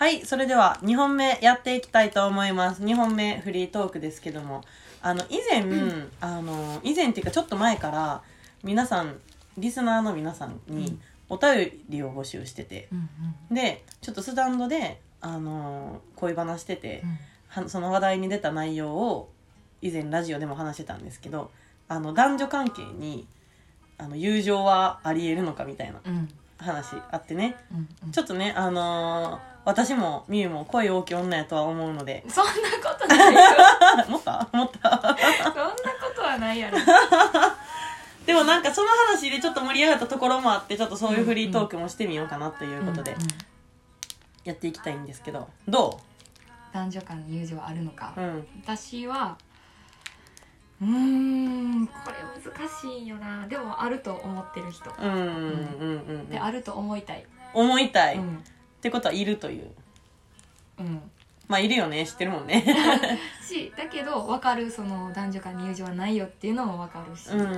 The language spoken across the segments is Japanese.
はい、それでは2本目やっていきたいと思います。2本目フリートークですけども、以前っていうかちょっと前から皆さん、リスナーの皆さんにお便りを募集してて、でちょっとスタンドで恋バナしてて、その話題に出た内容を以前ラジオでも話してたんですけど、男女関係に友情はありえるのかみたいな話あってね、ちょっとね私もみゆも恋大きい女やとは思うので。 そんなことないよ思ったそんなことはないやろでもなんかその話でちょっと盛り上がったところもあって、ちょっとそういうフリートークもしてみようかなということでやっていきたいんですけど、ど男女間に友情はあるのか、 う？ 私はこれ難しいよな。でもあると思ってる人、であると思いたいってことはいるという、まあいるよね、知ってるもんねだけど分かる、その男女間に友情はないよっていうのも分かるし、でもこ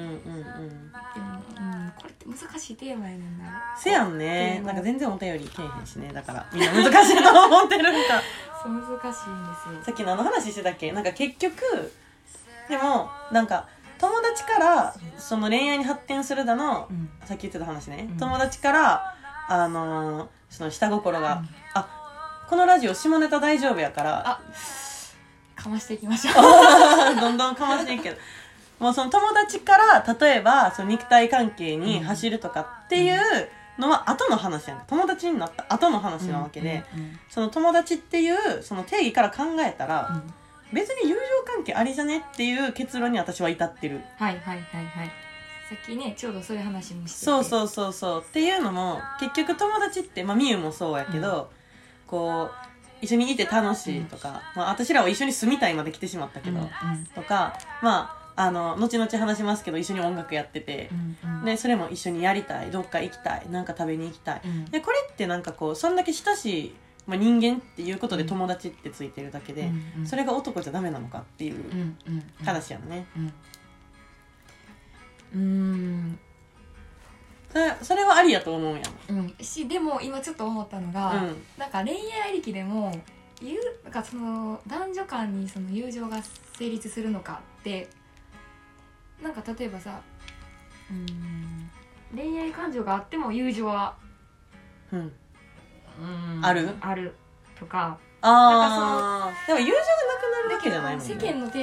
れって難しいテーマやねんな。 せやんね。なんか全然お便りけえへんしね。だからみんな難しいと思ってるんかそう難しいんですよ。 さっきの話してたっけ。なんか結局でもなんか友達からその恋愛に発展するだの、さっき言ってた話ね、友達からその下心が、このラジオ下ネタ大丈夫やからかましていきましょうどんどんかましていくけど、もうその友達から例えばその肉体関係に走るとかっていうのは後の話やん。友達になった後の話なわけで、その友達っていうその定義から考えたら、別に友情関係ありじゃねっていう結論に私は至ってる。 さっきねちょうどそういう話もしてて、 そうっていうのも結局友達ってみゆもそうやけど、こう一緒にいて楽しいとか、私らは一緒に住みたいまで来てしまったけど、とか後々話しますけど一緒に音楽やってて、でそれも一緒にやりたい、どっか行きたい、なんか食べに行きたい、でこれってなんかこうそんだけ親しい、人間っていうことで友達ってついてるだけで、それが男じゃダメなのかっていう話やんね。それはありやと思うやん。 でも今ちょっと思ったのが、なんか恋愛ありきでもなんかその男女間にその友情が成立するのかって、なんか例えばさ、恋愛感情があっても友情はあるとか、 なんかでも友情がなくなるわけじゃないもんね。 世間の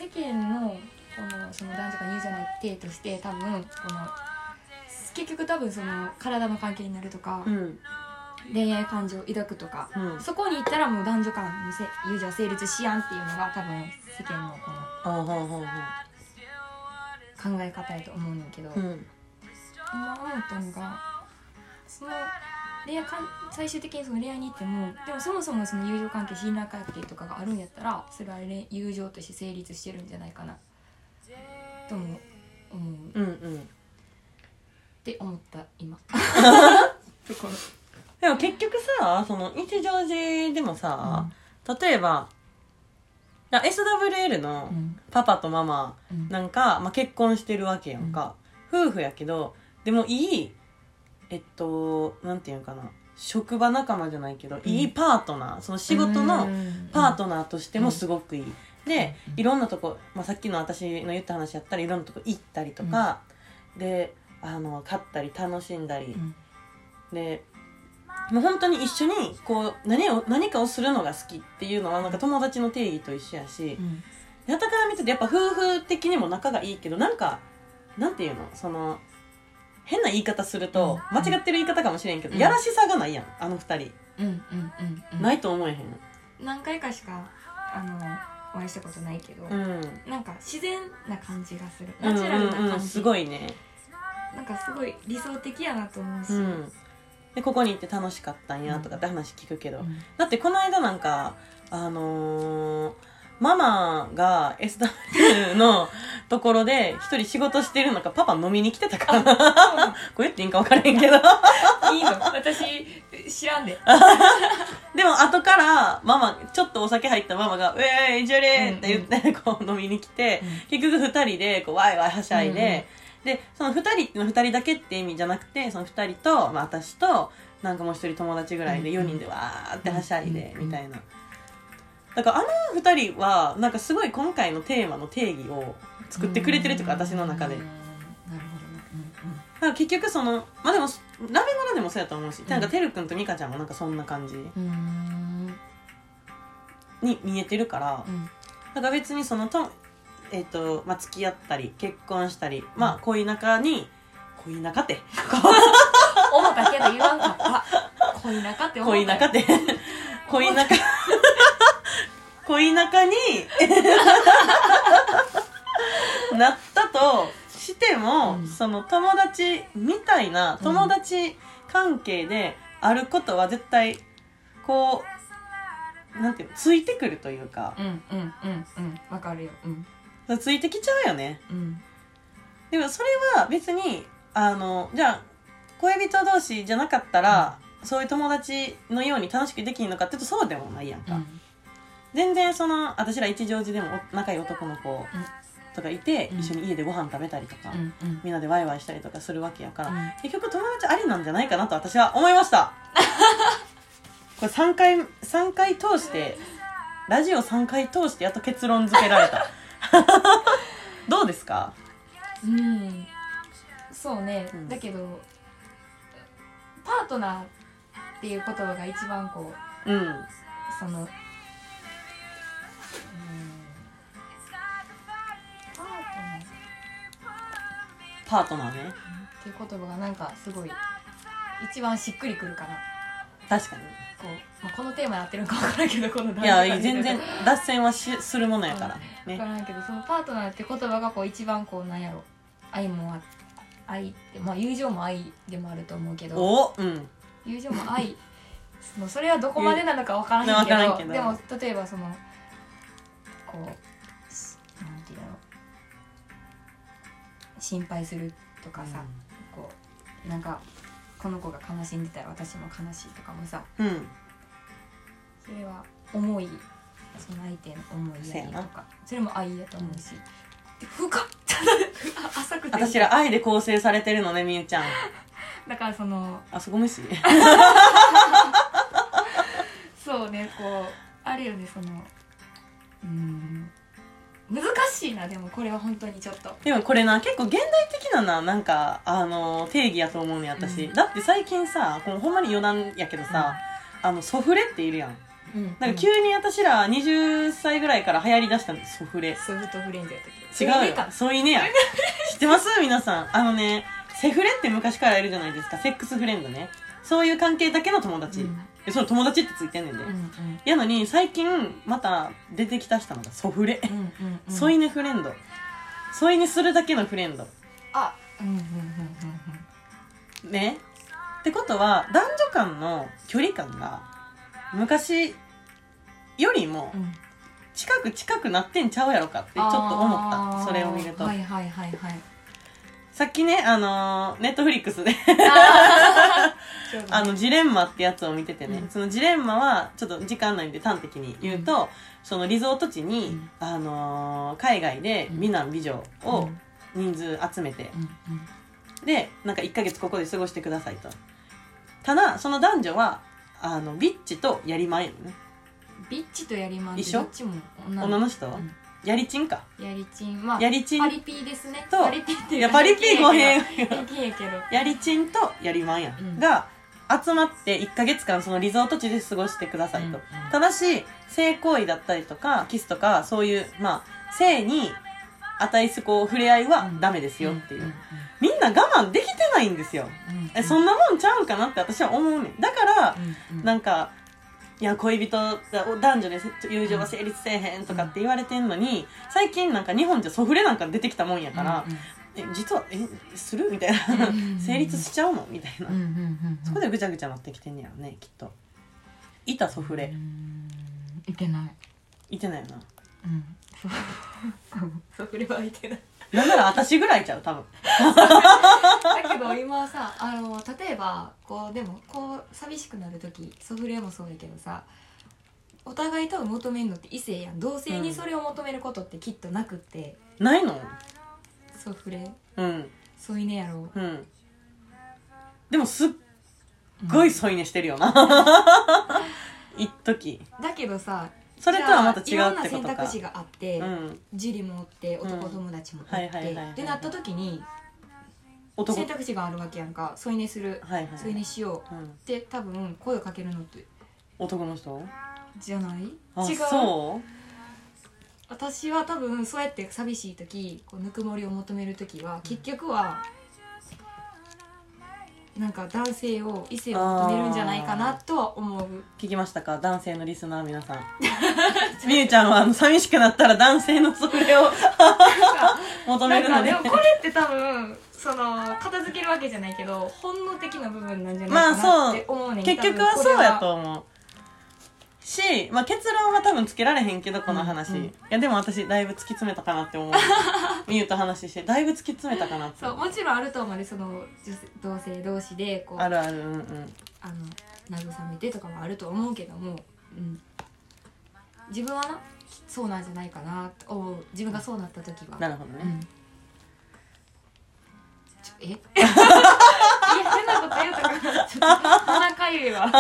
その男女間に友情ない体として、多分結局多分その体の関係になるとか、恋愛感情を抱くとか、そこに行ったらもう男女間の友情は成立しやんっていうのが多分世間のこの考え方やと思うんだけど、今思ったのが、その最終的にその恋愛に行っても、でもそもそもその友情関係、信頼関係とかがあるんやったら、それは友情として成立してるんじゃないかなとも思う、って思った今でも結局さ、その日常時でもさ、例えばSWL のパパとママなんか、結婚してるわけやんか、夫婦やけど、でもいいなんていうかな、職場仲間じゃないけど、いいパートナー、その仕事のパートナーとしてもすごくいい、でいろんなとこ、さっきの私の言った話やったらいろんなとこ行ったりとか、で買ったり楽しんだり、でもう本当に一緒にこう何かをするのが好きっていうのはなんか友達の定義と一緒やし、やたから見ててやっぱ夫婦的にも仲がいいけど、なんかなんていうの、その変な言い方すると、間違ってる言い方かもしれんけど、やらしさがないやん、あの二人。ないと思えへん。 何回かしかお会いしたことないけど、なんか自然な感じがする、ナチュラルな感じ、 すごいね。 なんかすごい理想的やなと思うし、 でここに行って楽しかったんやとかって話聞くけど、だってこの間なんかママが SW のところで一人仕事してるのか、パパ飲みに来てたからこれ言っていいんか分からへんけどいいの？私知らんででも後からちょっとお酒入ったママが「ウェーイジョレー!」って言ってこう飲みに来て、結局2人でこうワイワイはしゃいで、でその2人っていうのは2人だけって意味じゃなくて、その2人と、私となんかもう一人友達ぐらいで4人でわーってはしゃいでみたいな。だから2人はなんかすごい今回のテーマの定義を作ってくれてるというか、私の中で。 なるほどね。 だから結局そのまあでもラベマラでもそうやと思うし、なんかてるくんとミカちゃんもなんかそんな感じに見えてるから、だから別にそのとまあ、付き合ったり結婚したり、まあ恋仲って思ったけど言わんかった。恋仲って思ったよ。 恋仲になったとしても、その友達みたいな友達関係であることは絶対こうなんていうのついてくるというか、 わかるよ。 ついてきちゃうよね。でもそれは別にじゃあ恋人同士じゃなかったら、そういう友達のように楽しくできるのかっていうとそうでもないやんか。全然その私ら一乗寺でも仲いい男の子とかいて、一緒に家でご飯食べたりとか、みんなでワイワイしたりとかするわけやから、結局友達ありなんじゃないかなと私は思いましたこれ3回通してラジオ3回通してやっと結論付けられたどうですか？ そうね、だけどパートナーっていう言葉が一番こう、そのパートナーね、 っていう言葉がなんかすごい一番しっくりくるかな。 確かにこう、このテーマやってるのか分からんけど、このいや全然脱線はするものやから、ね、 分からんけど、そのパートナーって言葉がこう一番こうなんやろ、愛って、まあ友情も愛でもあると思うけど、友情も愛それはどこまでなのか分からんけど、でも例えばそのこうなんていうの、心配するとかさ、こうなんかこの子が悲しんでたら私も悲しいとかもさ、それは思い、その相手の思いやりとか、それも愛やと思うし、深っ浅くて、 私ら愛で構成されてるのね、みゆちゃん。 だからそのあそこ無視そうね、こうあるよね、その難しいな。でもこれは本当にちょっと、 でもこれな結構現代的ななんか定義やと思うね私、だって最近さ、このほんまに余談やけどさ、ソフレっているやん。なんか急に私ら20歳ぐらいから流行りだしたんです、ソフレ。 ソフトフレンズやったっけ？違うよ、そういねや知ってます皆さん？セフレって昔からいるじゃないですか、セックスフレンドね。そういう関係だけの友達、その友達ってついてんねんで、やのに最近また出てきたしたのがソフレ、添い寝フレンド、添い寝するだけのフレンドね。ってことは男女間の距離感が昔よりも近くなってんちゃうやろかってちょっと思った。それを見ると、さっきね、ネットフリックスでジレンマってやつを見ててね、そのジレンマはちょっと時間ないんで端的に言うと、そのリゾート地に、海外で美男美女を人数集めて、でなんか1ヶ月ここで過ごしてくださいと。ただその男女はビッチとやりまんよね。 ビッチとやりまん一緒？ どっちも女の人、やりちんか。 やりちん、まあ、 やりちんパリピーですね。 と、 パリピーっていういやパリピーごへん。やりちんとやりまんや、が集まって1ヶ月間そのリゾート地で過ごしてくださいと。ただし性行為だったりとかキスとかそういうまあ性に値すこう触れ合いはダメですよっていう。みんな我慢できてないんですよ。そんなもんちゃうんかなって私は思うねん。だから、なんかいや恋人男女で友情は成立せえへんとかって言われてんのに、最近なんか日本じゃソフレなんか出てきたもんやから、実はするみたいな成立しちゃうのみたいな、そこでぐちゃぐちゃなってきてんねやろねきっと。いたソフレ？ いてない。 いてないよな。 ソフレはいてない。 なんなら私ぐらいちゃう多分だけど今さ、例えばこうでもこう寂しくなる時、ソフレもそうやけどさ、お互い多分求めるのって異性やん。同性にそれを求めることってきっとなくって、 ないの？ ソフレ、 うん、 添い寝やろ。 でもすっごい添い寝してるよな一時だけどさ、 それとはまた違うってことか。 いろんな選択肢があって、 うん、 樹里もおって男友達もおってってなった時に選択肢があるわけやんか。添い寝する、 はいはい、 添い寝しよう、って多分声をかけるのって男の人じゃない？ あ、 違う。 そう？ 私は多分そうやって寂しい時、こうぬくもりを求める時は結局はなんか男性を異性を求めるんじゃないかなとは思う。 聞きましたか、男性のリスナー皆さんみゆちゃんは寂しくなったら男性のそれを求めるので。 でもこれって多分その片付けるわけじゃないけど本能的な部分なんじゃないかなって思うねん。 結局はそうやと思うし、結論は多分つけられへんけどこの話、いやでも私だいぶ突き詰めたかなって思うみゆと話してだいぶ突き詰めたかなって。 そう、もちろんあると思うで、その同性同士でこうあるある、 慰めてとかもあると思うけども、自分はなそうなんじゃないかなと思う。自分がそうなった時は。 なるほどね、 いや変なこと言うとかちょっと鼻かゆいわ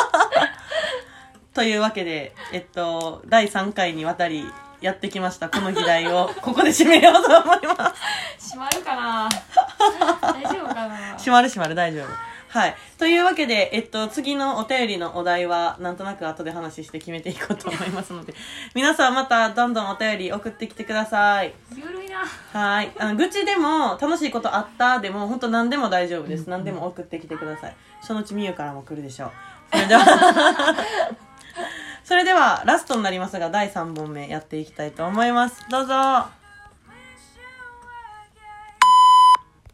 というわけで、第3回にわたりやってきましたこの議題をここで締めようと思います閉まるかな大丈夫かな。 閉まる大丈夫。はい。というわけで、次のお便りのお題は、なんとなく後で話して決めていこうと思いますので、皆さんまたどんどんお便り送ってきてください。 ゆるいな。 はい。愚痴でも、楽しいことあったでも、本当何でも大丈夫です。何でも送ってきてください。そのうちみゆからも来るでしょう。それでは、ラストになりますが、第3本目やっていきたいと思います。どうぞ。